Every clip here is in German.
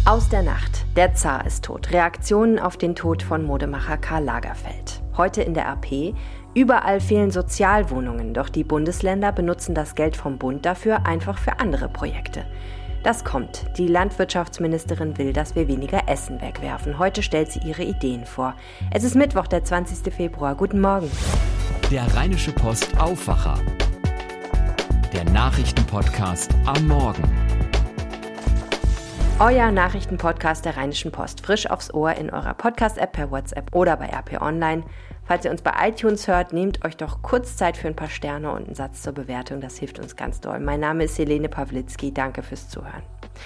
Aus der Nacht. Der Zar ist tot. Reaktionen auf den Tod von Modemacher Karl Lagerfeld. Heute in der RP. Überall fehlen Sozialwohnungen, doch die Bundesländer benutzen das Geld vom Bund dafür einfach für andere Projekte. Das kommt. Die Landwirtschaftsministerin will, dass wir weniger Essen wegwerfen. Heute stellt sie ihre Ideen vor. Es ist Mittwoch, der 20. Februar. Guten Morgen. Der Rheinische Post Aufwacher. Der Nachrichtenpodcast am Morgen. Euer Nachrichtenpodcast der Rheinischen Post. Frisch aufs Ohr in eurer Podcast-App per WhatsApp oder bei RP Online. Falls ihr uns bei iTunes hört, nehmt euch doch kurz Zeit für ein paar Sterne und einen Satz zur Bewertung. Das hilft uns ganz doll. Mein Name ist Helene Pawlitzki. Danke fürs Zuhören.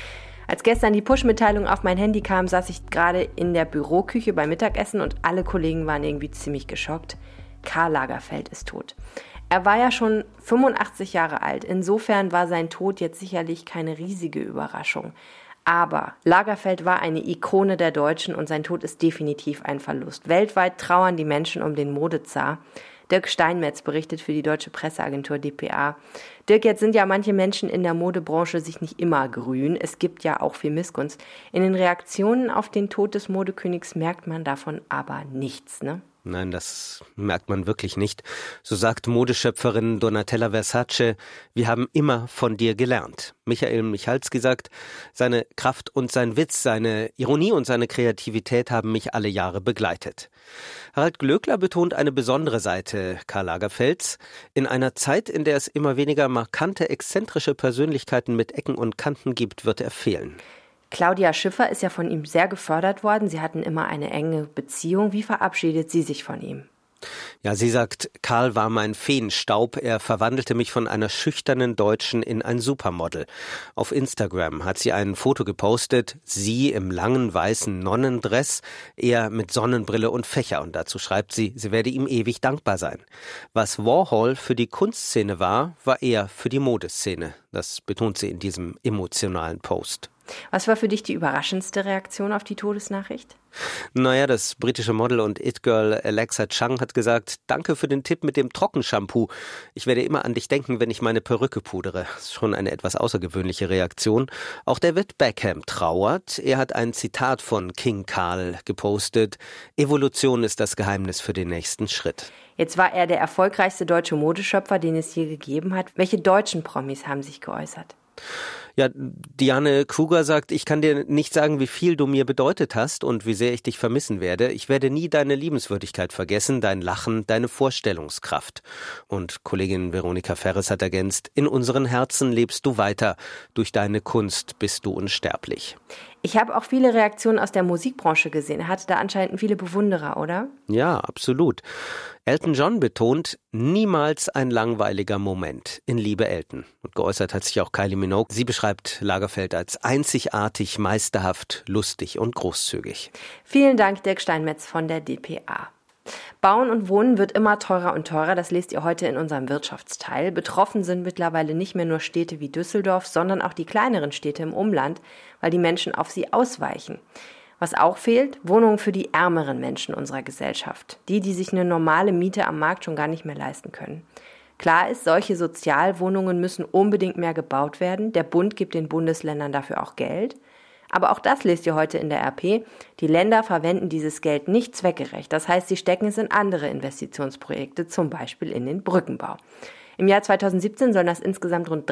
Als gestern die Push-Mitteilung auf mein Handy kam, saß ich gerade in der Büroküche beim Mittagessen und alle Kollegen waren irgendwie ziemlich geschockt. Karl Lagerfeld ist tot. Er war ja schon 85 Jahre alt. Insofern war sein Tod jetzt sicherlich keine riesige Überraschung. Aber Lagerfeld war eine Ikone der Deutschen und sein Tod ist definitiv ein Verlust. Weltweit trauern die Menschen um den Modezar. Dirk Steinmetz berichtet für die deutsche Presseagentur dpa. Dirk, jetzt sind ja manche Menschen in der Modebranche sich nicht immer grün. Es gibt ja auch viel Missgunst. In den Reaktionen auf den Tod des Modekönigs merkt man davon aber nichts, ne? Nein, das merkt man wirklich nicht. So sagt Modeschöpferin Donatella Versace, wir haben immer von dir gelernt. Michael Michalski sagt, seine Kraft und sein Witz, seine Ironie und seine Kreativität haben mich alle Jahre begleitet. Harald Glöckler betont eine besondere Seite Karl Lagerfelds. In einer Zeit, in der es immer weniger markante, exzentrische Persönlichkeiten mit Ecken und Kanten gibt, wird er fehlen. Claudia Schiffer ist ja von ihm sehr gefördert worden. Sie hatten immer eine enge Beziehung. Wie verabschiedet sie sich von ihm? Ja, sie sagt, Karl war mein Feenstaub. Er verwandelte mich von einer schüchternen Deutschen in ein Supermodel. Auf Instagram hat sie ein Foto gepostet, sie im langen weißen Nonnendress, er mit Sonnenbrille und Fächer. Und dazu schreibt sie, sie werde ihm ewig dankbar sein. Was Warhol für die Kunstszene war, war er für die Modeszene. Das betont sie in diesem emotionalen Post. Was war für dich die überraschendste Reaktion auf die Todesnachricht? Naja, das britische Model und It-Girl Alexa Chung hat gesagt, danke für den Tipp mit dem Trockenshampoo. Ich werde immer an dich denken, wenn ich meine Perücke pudere. Das ist schon eine etwas außergewöhnliche Reaktion. Auch David Beckham trauert. Er hat ein Zitat von King Karl gepostet. Evolution ist das Geheimnis für den nächsten Schritt. Jetzt war er der erfolgreichste deutsche Modeschöpfer, den es je gegeben hat. Welche deutschen Promis haben sich geäußert? Ja, Diane Kruger sagt, ich kann dir nicht sagen, wie viel du mir bedeutet hast und wie sehr ich dich vermissen werde. Ich werde nie deine Liebenswürdigkeit vergessen, dein Lachen, deine Vorstellungskraft. Und Kollegin Veronika Ferres hat ergänzt, in unseren Herzen lebst du weiter. Durch deine Kunst bist du unsterblich. Ich habe auch viele Reaktionen aus der Musikbranche gesehen. Er hatte da anscheinend viele Bewunderer, oder? Ja, absolut. Elton John betont, niemals ein langweiliger Moment in Liebe Elton. Und geäußert hat sich auch Kylie Minogue. Sie beschreibt Lagerfeld als einzigartig, meisterhaft, lustig und großzügig. Vielen Dank, Dirk Steinmetz von der dpa. Bauen und Wohnen wird immer teurer und teurer, das lest ihr heute in unserem Wirtschaftsteil. Betroffen sind mittlerweile nicht mehr nur Städte wie Düsseldorf, sondern auch die kleineren Städte im Umland, weil die Menschen auf sie ausweichen. Was auch fehlt, Wohnungen für die ärmeren Menschen unserer Gesellschaft. Die sich eine normale Miete am Markt schon gar nicht mehr leisten können. Klar ist, solche Sozialwohnungen müssen unbedingt mehr gebaut werden. Der Bund gibt den Bundesländern dafür auch Geld. Aber auch das lest ihr heute in der RP. Die Länder verwenden dieses Geld nicht zweckgerecht. Das heißt, sie stecken es in andere Investitionsprojekte, zum Beispiel in den Brückenbau. Im Jahr 2017 sollen das insgesamt rund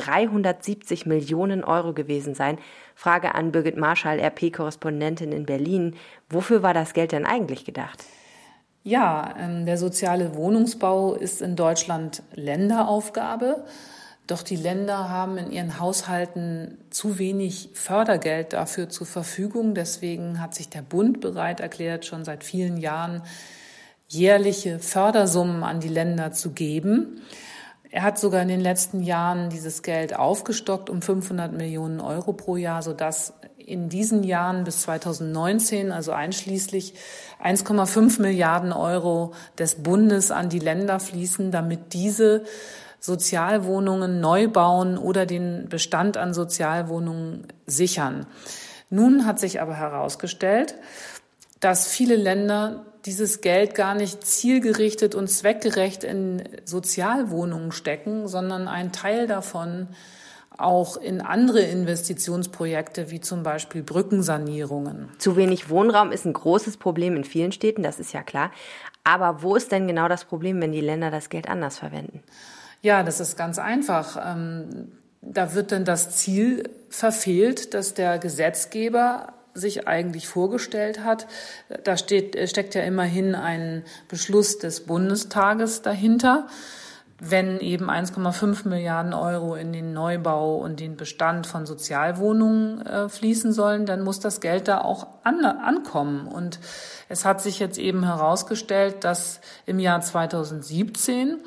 370 Millionen Euro gewesen sein. Frage an Birgit Marschall, RP-Korrespondentin in Berlin. Wofür war das Geld denn eigentlich gedacht? Ja, der soziale Wohnungsbau ist in Deutschland Länderaufgabe. Doch die Länder haben in ihren Haushalten zu wenig Fördergeld dafür zur Verfügung. Deswegen hat sich der Bund bereit erklärt, schon seit vielen Jahren jährliche Fördersummen an die Länder zu geben. Er hat sogar in den letzten Jahren dieses Geld aufgestockt um 500 Millionen Euro pro Jahr, sodass in diesen Jahren bis 2019, also einschließlich 1,5 Milliarden Euro des Bundes an die Länder fließen, damit diese Sozialwohnungen neu bauen oder den Bestand an Sozialwohnungen sichern. Nun hat sich aber herausgestellt, dass viele Länder dieses Geld gar nicht zielgerichtet und zweckgerecht in Sozialwohnungen stecken, sondern ein Teil davon auch in andere Investitionsprojekte wie zum Beispiel Brückensanierungen. Zu wenig Wohnraum ist ein großes Problem in vielen Städten, das ist ja klar. Aber wo ist denn genau das Problem, wenn die Länder das Geld anders verwenden? Ja, das ist ganz einfach. Da wird dann das Ziel verfehlt, dass der Gesetzgeber sich eigentlich vorgestellt hat. Da steckt ja immerhin ein Beschluss des Bundestages dahinter. Wenn eben 1,5 Milliarden Euro in den Neubau und den Bestand von Sozialwohnungen fließen sollen, dann muss das Geld da auch ankommen. Und es hat sich jetzt eben herausgestellt, dass im Jahr 2017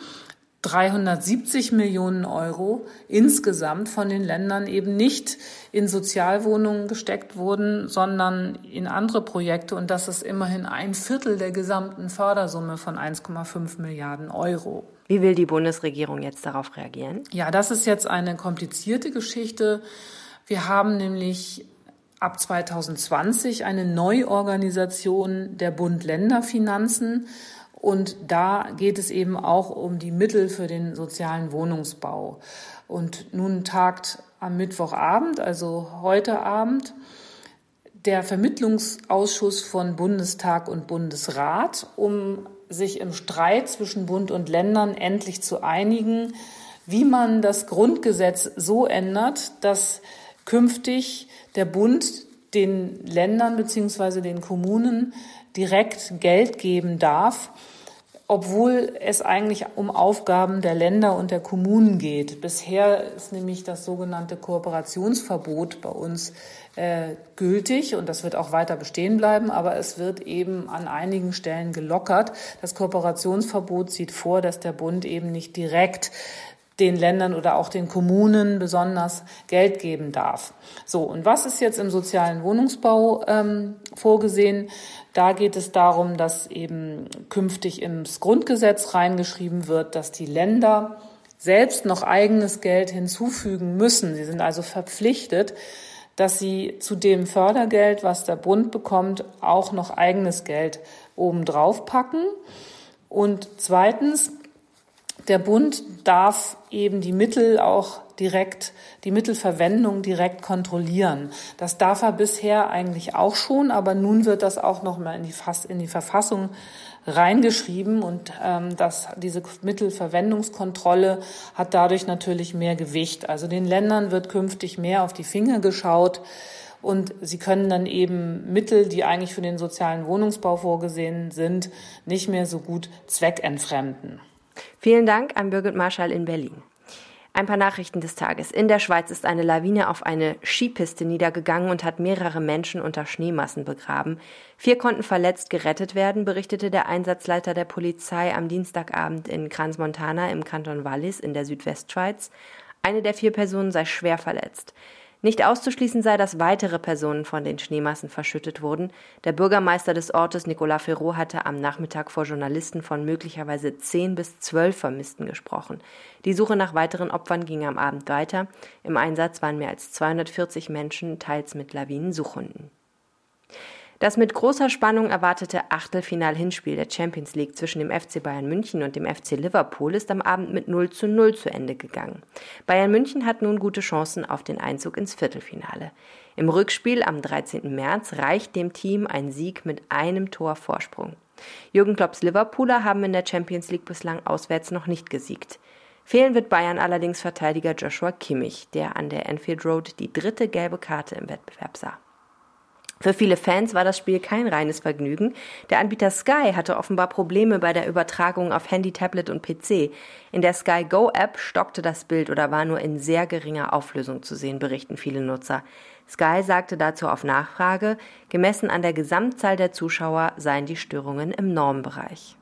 370 Millionen Euro insgesamt von den Ländern eben nicht in Sozialwohnungen gesteckt wurden, sondern in andere Projekte. Und das ist immerhin 1/4 der gesamten Fördersumme von 1,5 Milliarden Euro. Wie will die Bundesregierung jetzt darauf reagieren? Ja, das ist jetzt eine komplizierte Geschichte. Wir haben nämlich ab 2020 eine Neuorganisation der Bund-Länder-Finanzen. Und da geht es eben auch um die Mittel für den sozialen Wohnungsbau. Und nun tagt am Mittwochabend, also heute Abend, der Vermittlungsausschuss von Bundestag und Bundesrat, um sich im Streit zwischen Bund und Ländern endlich zu einigen, wie man das Grundgesetz so ändert, dass künftig der Bund den Ländern bzw. den Kommunen direkt Geld geben darf, obwohl es eigentlich um Aufgaben der Länder und der Kommunen geht. Bisher ist nämlich das sogenannte Kooperationsverbot bei uns gültig und das wird auch weiter bestehen bleiben, aber es wird eben an einigen Stellen gelockert. Das Kooperationsverbot sieht vor, dass der Bund eben nicht direkt den Ländern oder auch den Kommunen besonders Geld geben darf. So, und was ist jetzt im sozialen Wohnungsbau vorgesehen? Da geht es darum, dass eben künftig ins Grundgesetz reingeschrieben wird, dass die Länder selbst noch eigenes Geld hinzufügen müssen. Sie sind also verpflichtet, dass sie zu dem Fördergeld, was der Bund bekommt, auch noch eigenes Geld obendrauf packen. Und zweitens, der Bund darf eben die Mittelverwendung direkt kontrollieren. Das darf er bisher eigentlich auch schon, aber nun wird das auch noch mal in die Verfassung reingeschrieben und diese Mittelverwendungskontrolle hat dadurch natürlich mehr Gewicht. Also den Ländern wird künftig mehr auf die Finger geschaut und sie können dann eben Mittel, die eigentlich für den sozialen Wohnungsbau vorgesehen sind, nicht mehr so gut zweckentfremden. Vielen Dank an Birgit Marschall in Berlin. Ein paar Nachrichten des Tages. In der Schweiz ist eine Lawine auf eine Skipiste niedergegangen und hat mehrere Menschen unter Schneemassen begraben. 4 konnten verletzt gerettet werden, berichtete der Einsatzleiter der Polizei am Dienstagabend in Crans-Montana im Kanton Wallis in der Südwestschweiz. Eine der 4 Personen sei schwer verletzt. Nicht auszuschließen sei, dass weitere Personen von den Schneemassen verschüttet wurden. Der Bürgermeister des Ortes, Nicolas Ferraud, hatte am Nachmittag vor Journalisten von möglicherweise 10 bis 12 Vermissten gesprochen. Die Suche nach weiteren Opfern ging am Abend weiter. Im Einsatz waren mehr als 240 Menschen, teils mit Lawinensuchhunden. Das mit großer Spannung erwartete Achtelfinal-Hinspiel der Champions League zwischen dem FC Bayern München und dem FC Liverpool ist am Abend mit 0:0 zu Ende gegangen. Bayern München hat nun gute Chancen auf den Einzug ins Viertelfinale. Im Rückspiel am 13. März reicht dem Team ein Sieg mit einem Tor Vorsprung. Jürgen Klopps Liverpooler haben in der Champions League bislang auswärts noch nicht gesiegt. Fehlen wird Bayern allerdings Verteidiger Joshua Kimmich, der an der Anfield Road die 3. gelbe Karte im Wettbewerb sah. Für viele Fans war das Spiel kein reines Vergnügen. Der Anbieter Sky hatte offenbar Probleme bei der Übertragung auf Handy, Tablet und PC. In der Sky Go App stockte das Bild oder war nur in sehr geringer Auflösung zu sehen, berichten viele Nutzer. Sky sagte dazu auf Nachfrage, gemessen an der Gesamtzahl der Zuschauer seien die Störungen im Normbereich.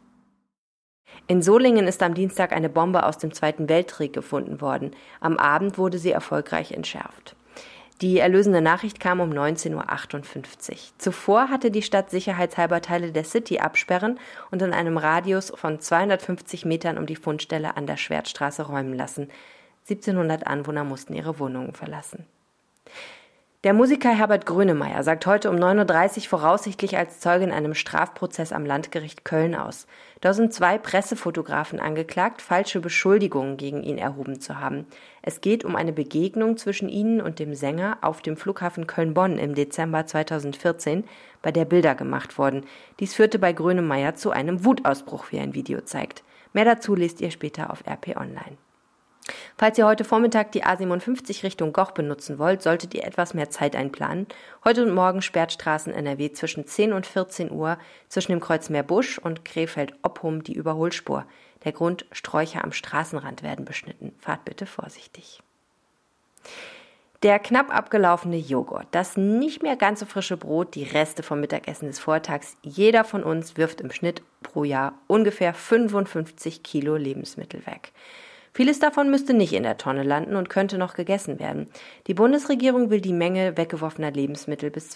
In Solingen ist am Dienstag eine Bombe aus dem Zweiten Weltkrieg gefunden worden. Am Abend wurde sie erfolgreich entschärft. Die erlösende Nachricht kam um 19:58 Uhr. Zuvor hatte die Stadt sicherheitshalber Teile der City absperren und in einem Radius von 250 Metern um die Fundstelle an der Schwertstraße räumen lassen. 1700 Anwohner mussten ihre Wohnungen verlassen. Der Musiker Herbert Grönemeyer sagt heute um 9.30 Uhr voraussichtlich als Zeuge in einem Strafprozess am Landgericht Köln aus. Da sind 2 Pressefotografen angeklagt, falsche Beschuldigungen gegen ihn erhoben zu haben. Es geht um eine Begegnung zwischen ihnen und dem Sänger auf dem Flughafen Köln-Bonn im Dezember 2014, bei der Bilder gemacht wurden. Dies führte bei Grönemeyer zu einem Wutausbruch, wie ein Video zeigt. Mehr dazu lest ihr später auf RP Online. Falls ihr heute Vormittag die A57 Richtung Goch benutzen wollt, solltet ihr etwas mehr Zeit einplanen. Heute und morgen sperrt Straßen NRW zwischen 10 und 14 Uhr zwischen dem Kreuz Meerbusch und Krefeld-Oppum die Überholspur. Der Grund: Sträucher am Straßenrand werden beschnitten. Fahrt bitte vorsichtig. Der knapp abgelaufene Joghurt, das nicht mehr ganz so frische Brot, die Reste vom Mittagessen des Vortags. Jeder von uns wirft im Schnitt pro Jahr ungefähr 55 Kilo Lebensmittel weg. Vieles davon müsste nicht in der Tonne landen und könnte noch gegessen werden. Die Bundesregierung will die Menge weggeworfener Lebensmittel bis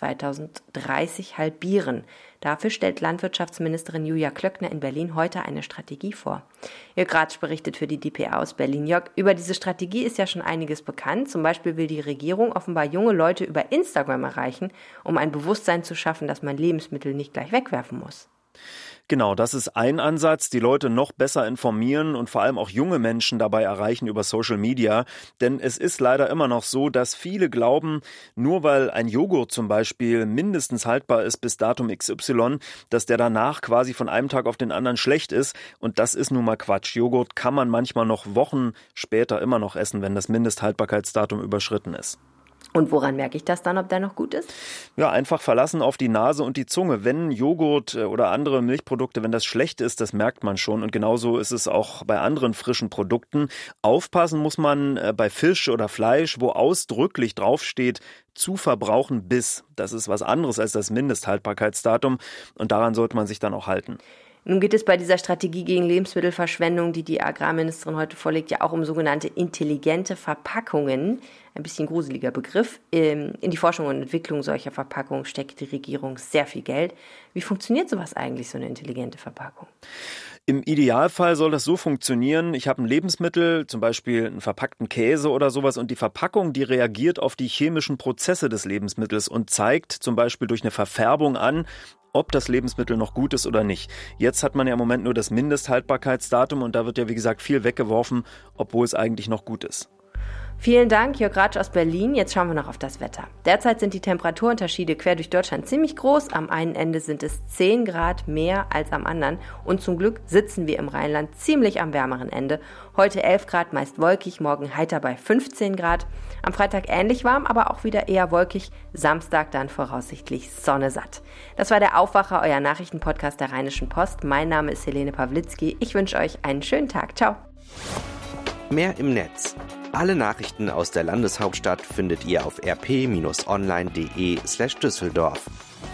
2030 halbieren. Dafür stellt Landwirtschaftsministerin Julia Klöckner in Berlin heute eine Strategie vor. Jörg Ratsch berichtet für die dpa aus Berlin. Jörg, über diese Strategie ist ja schon einiges bekannt. Zum Beispiel will die Regierung offenbar junge Leute über Instagram erreichen, um ein Bewusstsein zu schaffen, dass man Lebensmittel nicht gleich wegwerfen muss. Genau, das ist ein Ansatz, die Leute noch besser informieren und vor allem auch junge Menschen dabei erreichen über Social Media. Denn es ist leider immer noch so, dass viele glauben, nur weil ein Joghurt zum Beispiel mindestens haltbar ist bis Datum XY, dass der danach quasi von einem Tag auf den anderen schlecht ist. Und das ist nun mal Quatsch. Joghurt kann man manchmal noch Wochen später immer noch essen, wenn das Mindesthaltbarkeitsdatum überschritten ist. Und woran merke ich das dann, ob der noch gut ist? Ja, einfach verlassen auf die Nase und die Zunge. Wenn Joghurt oder andere Milchprodukte, wenn das schlecht ist, das merkt man schon. Und genauso ist es auch bei anderen frischen Produkten. Aufpassen muss man bei Fisch oder Fleisch, wo ausdrücklich draufsteht, zu verbrauchen bis. Das ist was anderes als das Mindesthaltbarkeitsdatum. Und daran sollte man sich dann auch halten. Nun geht es bei dieser Strategie gegen Lebensmittelverschwendung, die die Agrarministerin heute vorlegt, ja auch um sogenannte intelligente Verpackungen. Ein bisschen gruseliger Begriff. In die Forschung und Entwicklung solcher Verpackungen steckt die Regierung sehr viel Geld. Wie funktioniert sowas eigentlich, so eine intelligente Verpackung? Im Idealfall soll das so funktionieren, ich habe ein Lebensmittel, zum Beispiel einen verpackten Käse oder sowas, und die Verpackung, die reagiert auf die chemischen Prozesse des Lebensmittels und zeigt zum Beispiel durch eine Verfärbung an, ob das Lebensmittel noch gut ist oder nicht. Jetzt hat man ja im Moment nur das Mindesthaltbarkeitsdatum und da wird ja, wie gesagt, viel weggeworfen, obwohl es eigentlich noch gut ist. Vielen Dank, Jörg Ratsch aus Berlin. Jetzt schauen wir noch auf das Wetter. Derzeit sind die Temperaturunterschiede quer durch Deutschland ziemlich groß. Am einen Ende sind es 10 Grad mehr als am anderen. Und zum Glück sitzen wir im Rheinland ziemlich am wärmeren Ende. Heute 11 Grad, meist wolkig, morgen heiter bei 15 Grad. Am Freitag ähnlich warm, aber auch wieder eher wolkig. Samstag dann voraussichtlich sonnesatt. Das war der Aufwacher, euer Nachrichtenpodcast der Rheinischen Post. Mein Name ist Helene Pawlitzki. Ich wünsche euch einen schönen Tag. Ciao. Mehr im Netz. Alle Nachrichten aus der Landeshauptstadt findet ihr auf rp-online.de/Düsseldorf.